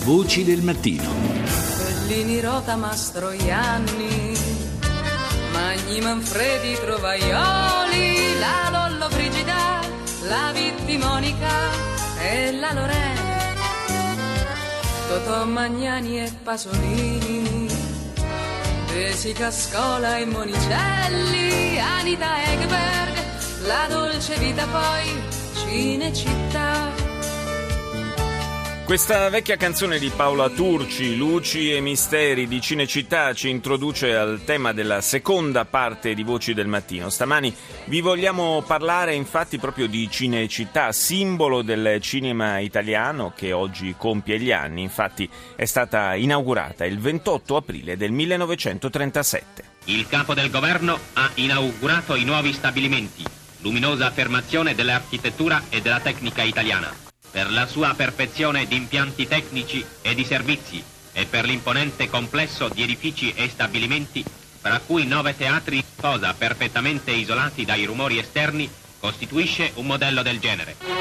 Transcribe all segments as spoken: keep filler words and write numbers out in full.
Voci del mattino. Bellini, Rota, Mastroianni, Magni, Manfredi, Trovaioli, la Lollo Brigida, la Vitti, Monica e la Lorena, Totò, Magnani e Pasolini, De Sica, Scola e Monicelli, Anita Ekberg, la dolce vita, poi Cinecittà. Questa vecchia canzone di Paola Turci, Luci e misteri di Cinecittà, ci introduce al tema della seconda parte di Voci del Mattino. Stamani vi vogliamo parlare infatti proprio di Cinecittà, simbolo del cinema italiano che oggi compie gli anni. Infatti è stata inaugurata il ventotto aprile del millenovecentotrentasette. Il capo del governo ha inaugurato i nuovi stabilimenti, luminosa affermazione dell'architettura e della tecnica italiana, per la sua perfezione di impianti tecnici e di servizi e per l'imponente complesso di edifici e stabilimenti, fra cui nove teatri, cosa perfettamente isolati dai rumori esterni, costituisce un modello del genere.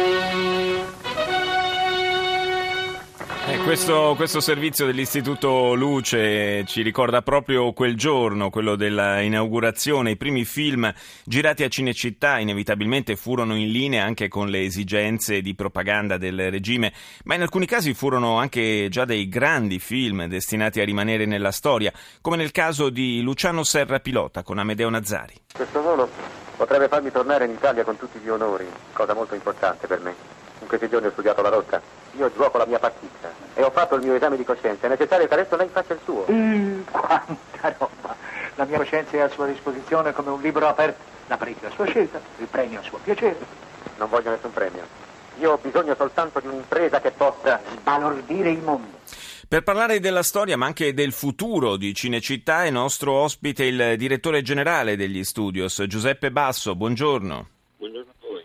Eh, questo, questo servizio dell'Istituto Luce ci ricorda proprio quel giorno, quello della inaugurazione. I primi film girati a Cinecittà inevitabilmente furono in linea anche con le esigenze di propaganda del regime, ma in alcuni casi furono anche già dei grandi film destinati a rimanere nella storia, come nel caso di Luciano Serra Pilota con Amedeo Nazzari. Questo volo potrebbe farmi tornare in Italia con tutti gli onori, cosa molto importante per me. In questi giorni ho studiato la rotta, io gioco la mia partita e ho fatto il mio esame di coscienza. È necessario che adesso lei faccia il suo. Mm, quanta roba! La mia coscienza è a sua disposizione come un libro aperto. La politica è a sua scelta, il premio a suo piacere. Non voglio nessun premio. Io ho bisogno soltanto di un'impresa che possa sbalordire il mondo. Per parlare della storia ma anche del futuro di Cinecittà è nostro ospite il direttore generale degli studios, Giuseppe Basso. Buongiorno. Buongiorno a voi.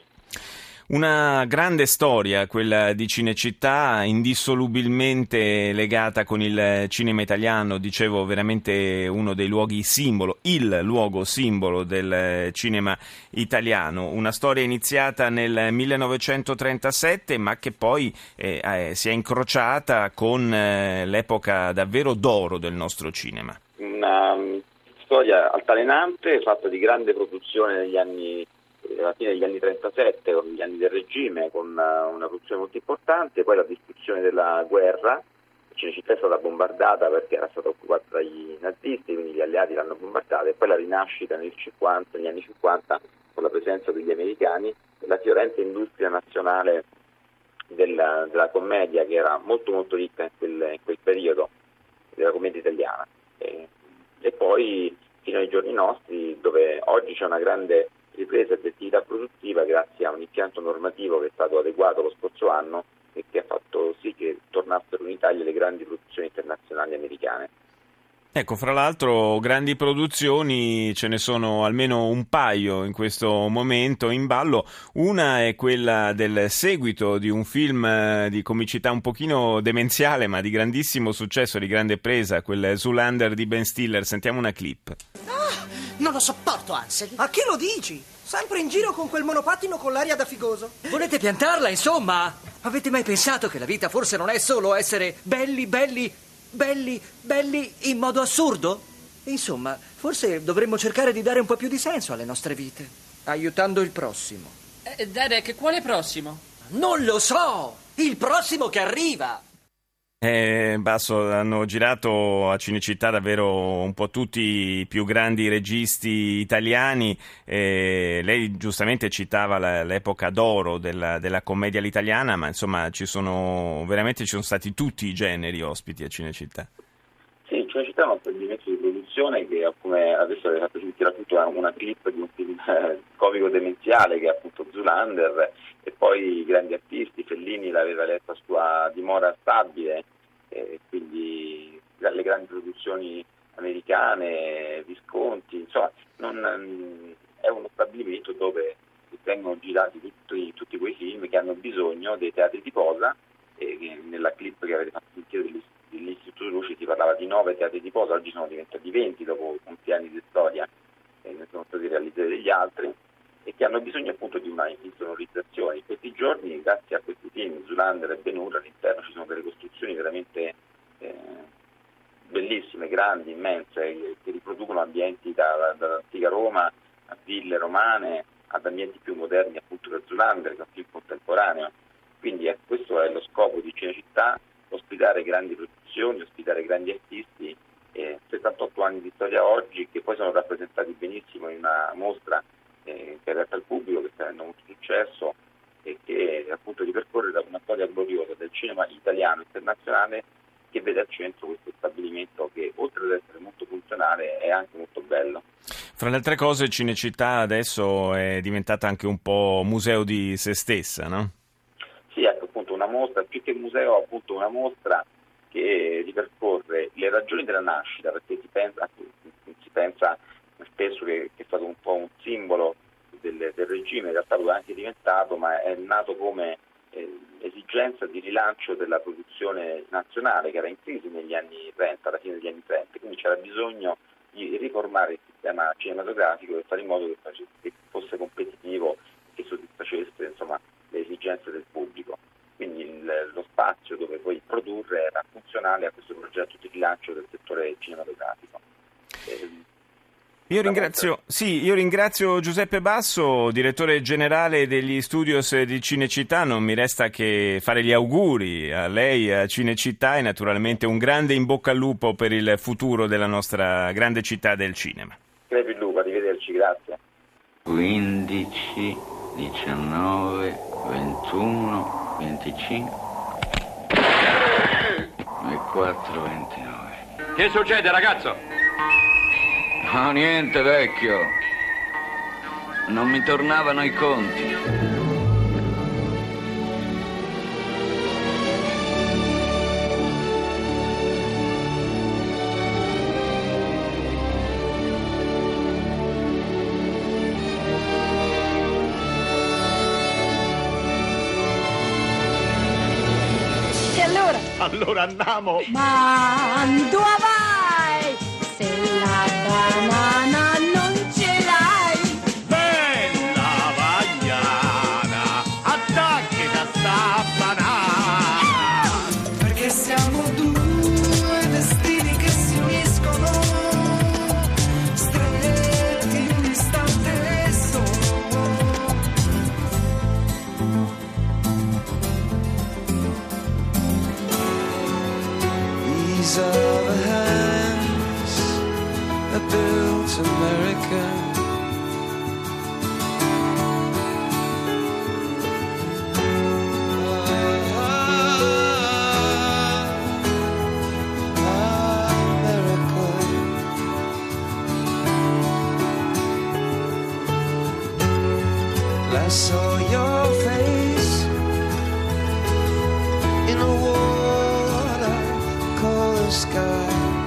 Una grande storia, quella di Cinecittà, indissolubilmente legata con il cinema italiano, dicevo veramente uno dei luoghi simbolo, il luogo simbolo del cinema italiano. Una storia iniziata nel millenovecentotrentasette ma che poi eh, eh, si è incrociata con eh, l'epoca davvero d'oro del nostro cinema. Una um, storia altalenante, fatta di grande produzione negli anni alla fine degli anni trentasette, con gli anni del regime, con una, una produzione molto importante, poi la distruzione della guerra. Cinecittà è stata bombardata perché era stata occupata dagli nazisti, quindi gli alleati l'hanno bombardata, e poi la rinascita nel cinquanta, negli anni cinquanta con la presenza degli americani, la fiorente industria nazionale della, della commedia, che era molto molto ricca in quel, in quel periodo, della commedia italiana, e, e poi fino ai giorni nostri, dove oggi c'è una grande ripresa di attività produttiva grazie a un impianto normativo che è stato adeguato lo scorso anno e che ha fatto sì che tornassero in Italia le grandi produzioni internazionali americane. Ecco, fra l'altro grandi produzioni ce ne sono almeno un paio in questo momento in ballo. Una è quella del seguito di un film di comicità un pochino demenziale ma di grandissimo successo, di grande presa, quel Zoolander di Ben Stiller. Sentiamo una clip. Non lo sopporto, Ansel. A chi lo dici? Sempre in giro con quel monopattino con l'aria da figoso. Volete piantarla, insomma? Avete mai pensato che la vita forse non è solo essere belli, belli, belli, belli in modo assurdo? Insomma, forse dovremmo cercare di dare un po' più di senso alle nostre vite, aiutando il prossimo. Eh, Derek, quale prossimo? Non lo so! Il prossimo che arriva! Eh, Basso, hanno girato a Cinecittà davvero un po' tutti i più grandi registi italiani. Eh, lei giustamente citava la, l'epoca d'oro della, della commedia all'italiana, ma insomma ci sono veramente ci sono stati tutti i generi ospiti a Cinecittà. Sì, Cinecittà è uno stabilimento di produzione che, come adesso avete fatto sentire appunto una clip di un film eh, comico demenziale che è appunto Zoolander, e poi i grandi artisti. Fellini l'aveva eletta sua dimora stabile, e quindi le grandi produzioni americane, Visconti, insomma non, è uno stabilimento dove vengono girati tutti, tutti quei film che hanno bisogno dei teatri di posa, e nella clip che avete fatto sentire dell'Istituto Luce si parlava di nove teatri di posa, oggi sono diventati venti dopo molti anni di storia, e ne sono stati realizzati degli altri, e che hanno bisogno appunto di una insonorizzazione. In questi giorni, grazie a questi film, Zoolander e Ben Hur, all'interno ci sono delle costruzioni veramente grandi, immense, che riproducono ambienti da, dall'antica Roma a ville romane, ad ambienti più moderni appunto del Zoolander, che è un film contemporaneo. Quindi eh, questo è lo scopo di Cinecittà, ospitare grandi produzioni, ospitare grandi artisti, eh, settantotto anni di storia oggi, che poi sono rappresentati benissimo in una mostra eh, che è aperta al pubblico, che sta avendo molto successo e che appunto ripercorre da una storia gloriosa del cinema italiano internazionale, che vede al centro questo stabilimento che, oltre ad essere molto funzionale, è anche molto bello. Fra le altre cose, Cinecittà adesso è diventata anche un po' museo di se stessa, no? Sì, ecco, appunto una mostra, più che museo, appunto una mostra che ripercorre le ragioni della nascita, perché si pensa, si pensa spesso che, che è stato un po' un simbolo del, del regime, in realtà lo è anche diventato, ma è nato come eh, esigenza di rilancio della produzione nazionale, che era in crisi negli anni trenta, alla fine degli anni trenta, quindi c'era bisogno di riformare il sistema cinematografico e fare in modo che, facesse, che fosse competitivo e che soddisfacesse insomma le esigenze del pubblico. Quindi il, lo spazio dove poi produrre era funzionale a questo progetto di rilancio del settore cinematografico. Eh, Io ringrazio, sì, io ringrazio Giuseppe Basso, direttore generale degli studios di Cinecittà. Non mi resta che fare gli auguri a lei, a Cinecittà, e naturalmente un grande in bocca al lupo per il futuro della nostra grande città del cinema. Crepi il lupo, arrivederci, grazie. quindici, diciannove, ventuno, venticinque e quattro, ventinove. Che succede, ragazzo? No, niente, vecchio. Non mi tornavano i conti. E allora? Allora andiamo! Ma dove vai? Se la banana non ce l'hai. Bella Vagliana, attacchi da sta banana. Perché siamo due destini che si uniscono, stretti in un istante solo. These are the hands that built America. I saw your face in a watercolor sky.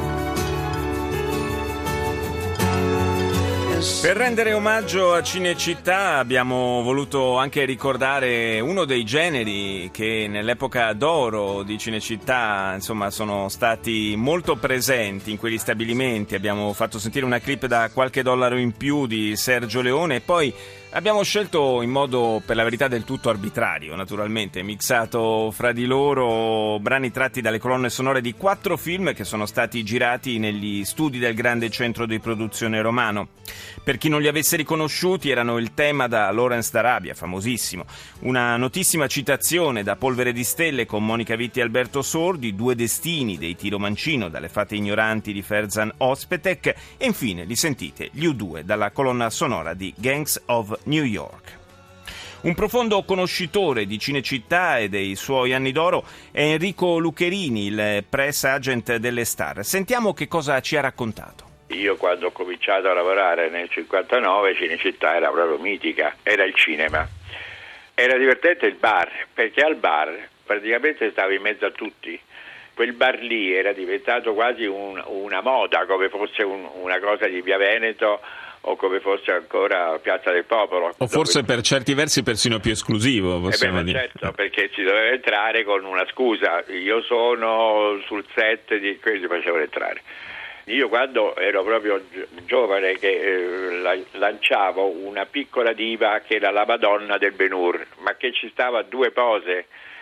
Per rendere omaggio a Cinecittà abbiamo voluto anche ricordare uno dei generi che nell'epoca d'oro di Cinecittà insomma sono stati molto presenti in quegli stabilimenti. Abbiamo fatto sentire una clip da Qualche dollaro in più di Sergio Leone e poi abbiamo scelto in modo, per la verità, del tutto arbitrario, naturalmente, mixato fra di loro brani tratti dalle colonne sonore di quattro film che sono stati girati negli studi del grande centro di produzione romano. Per chi non li avesse riconosciuti, erano il tema da Lawrence d'Arabia, famosissimo, una notissima citazione da Polvere di stelle con Monica Vitti e Alberto Sordi, Due destini dei Tiro Mancino dalle Fate ignoranti di Ferzan Ozpetek e infine, li sentite, gli U due dalla colonna sonora di Gangs of New York. Un profondo conoscitore di Cinecittà e dei suoi anni d'oro è Enrico Lucherini, il press agent delle Star. Sentiamo che cosa ci ha raccontato. Io quando ho cominciato a lavorare nel cinquantanove Cinecittà era proprio mitica, era il cinema. Era divertente il bar, perché al bar praticamente stavi in mezzo a tutti. Quel bar lì era diventato quasi un, una moda, come fosse un, una cosa di Via Veneto o come fosse ancora Piazza del Popolo. O forse dove... per certi versi persino più esclusivo, possiamo eh beh, dire. Certo, perché si doveva entrare con una scusa. Io sono sul set di quelli facevano entrare. Io quando ero proprio giovane che eh, lanciavo una piccola diva che era la Madonna del Ben-Hur, ma che ci stava a due pose,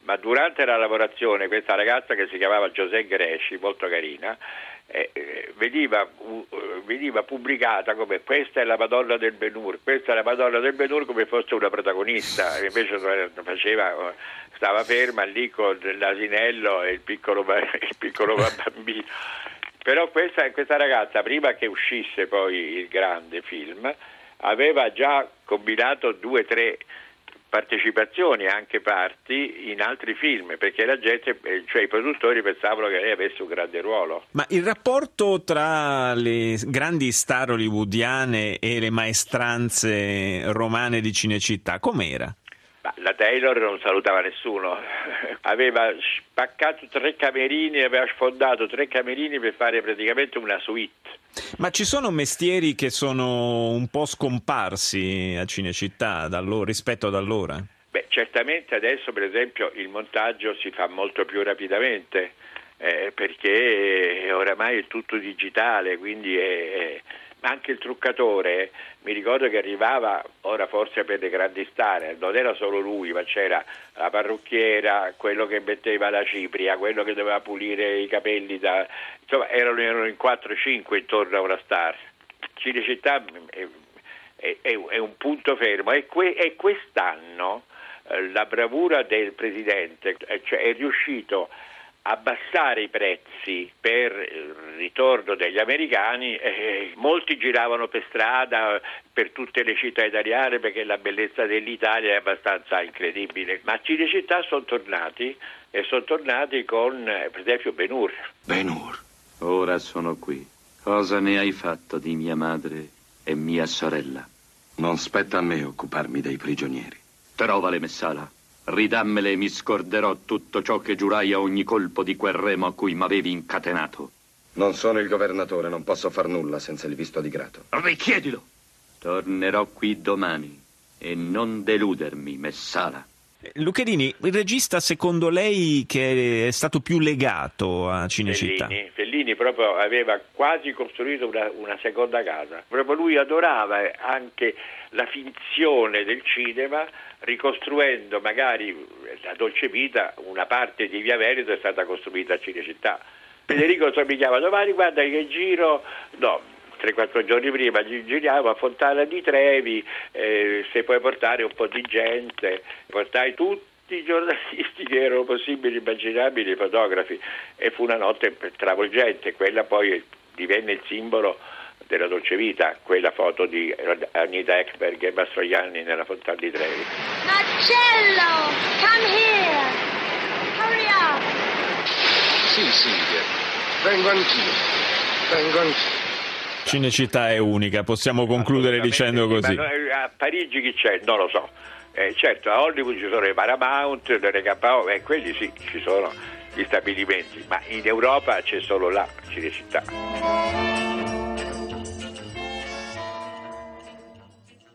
ma durante la lavorazione questa ragazza che si chiamava José Gresci, molto carina, eh, eh, veniva, uh, veniva pubblicata come questa è la Madonna del Ben-Hur, questa è la Madonna del Ben-Hur come fosse una protagonista, invece faceva, stava ferma lì con l'asinello e il piccolo, il piccolo bambino. Però questa, questa ragazza, prima che uscisse poi il grande film, aveva già combinato due o tre partecipazioni, anche parti, in altri film, perché la gente, cioè i produttori pensavano che lei avesse un grande ruolo. Ma il rapporto tra le grandi star hollywoodiane e le maestranze romane di Cinecittà, com'era? La Taylor non salutava nessuno, aveva spaccato tre camerini, aveva sfondato tre camerini per fare praticamente una suite. Ma ci sono mestieri che sono un po' scomparsi a Cinecittà da allora, rispetto ad allora? Beh, certamente adesso per esempio il montaggio si fa molto più rapidamente, eh, perché oramai è tutto digitale, quindi è... è anche il truccatore, mi ricordo che arrivava, ora forse per le grandi star, non era solo lui, ma c'era la parrucchiera, quello che metteva la cipria, quello che doveva pulire i capelli, da, insomma erano, erano in quattro cinque intorno a una star. Cinecittà è, è, è un punto fermo e, que, e quest'anno eh, la bravura del presidente, cioè è riuscito abbassare i prezzi per il ritorno degli americani, eh, molti giravano per strada per tutte le città italiane perché la bellezza dell'Italia è abbastanza incredibile, ma a Cinecittà sono tornati e sono tornati con eh, per esempio Ben-Hur. Ben-Hur, ora sono qui. Cosa ne hai fatto di mia madre e mia sorella? Non spetta a me occuparmi dei prigionieri. Trovale, Messala. Ridammele e mi scorderò tutto ciò che giurai a ogni colpo di quel remo a cui m'avevi incatenato. Non sono il governatore, non posso far nulla senza il visto di Grato. Richiedilo! Tornerò qui domani e non deludermi, Messala. Luchedini, il regista secondo lei che è stato più legato a Cinecittà? Fellini, Fellini proprio aveva quasi costruito una, una seconda casa. Proprio lui adorava anche la finzione del cinema, ricostruendo magari la Dolce Vita, una parte di Via Veneto è stata costruita a Cinecittà. Federico mi chiama domani, guarda che giro, no, tre quattro giorni prima giriamo a Fontana di Trevi, eh, se puoi portare un po' di gente, portai tutti i giornalisti che erano possibili, immaginabili, i fotografi, e fu una notte travolgente, quella poi divenne il simbolo della Dolce Vita, quella foto di Anita Ekberg e Mastroianni nella Fontana di Trevi. Marcello, come here. Hurry up. Sì, Silvia, vengo anch'io, vengo anch'io. Cinecittà è unica, possiamo concludere dicendo così. Ma a Parigi chi c'è? Non lo so. Eh, certo, a Hollywood ci sono i Paramount, le Recapao, e quelli sì, ci sono gli stabilimenti, ma in Europa c'è solo là, Cinecittà.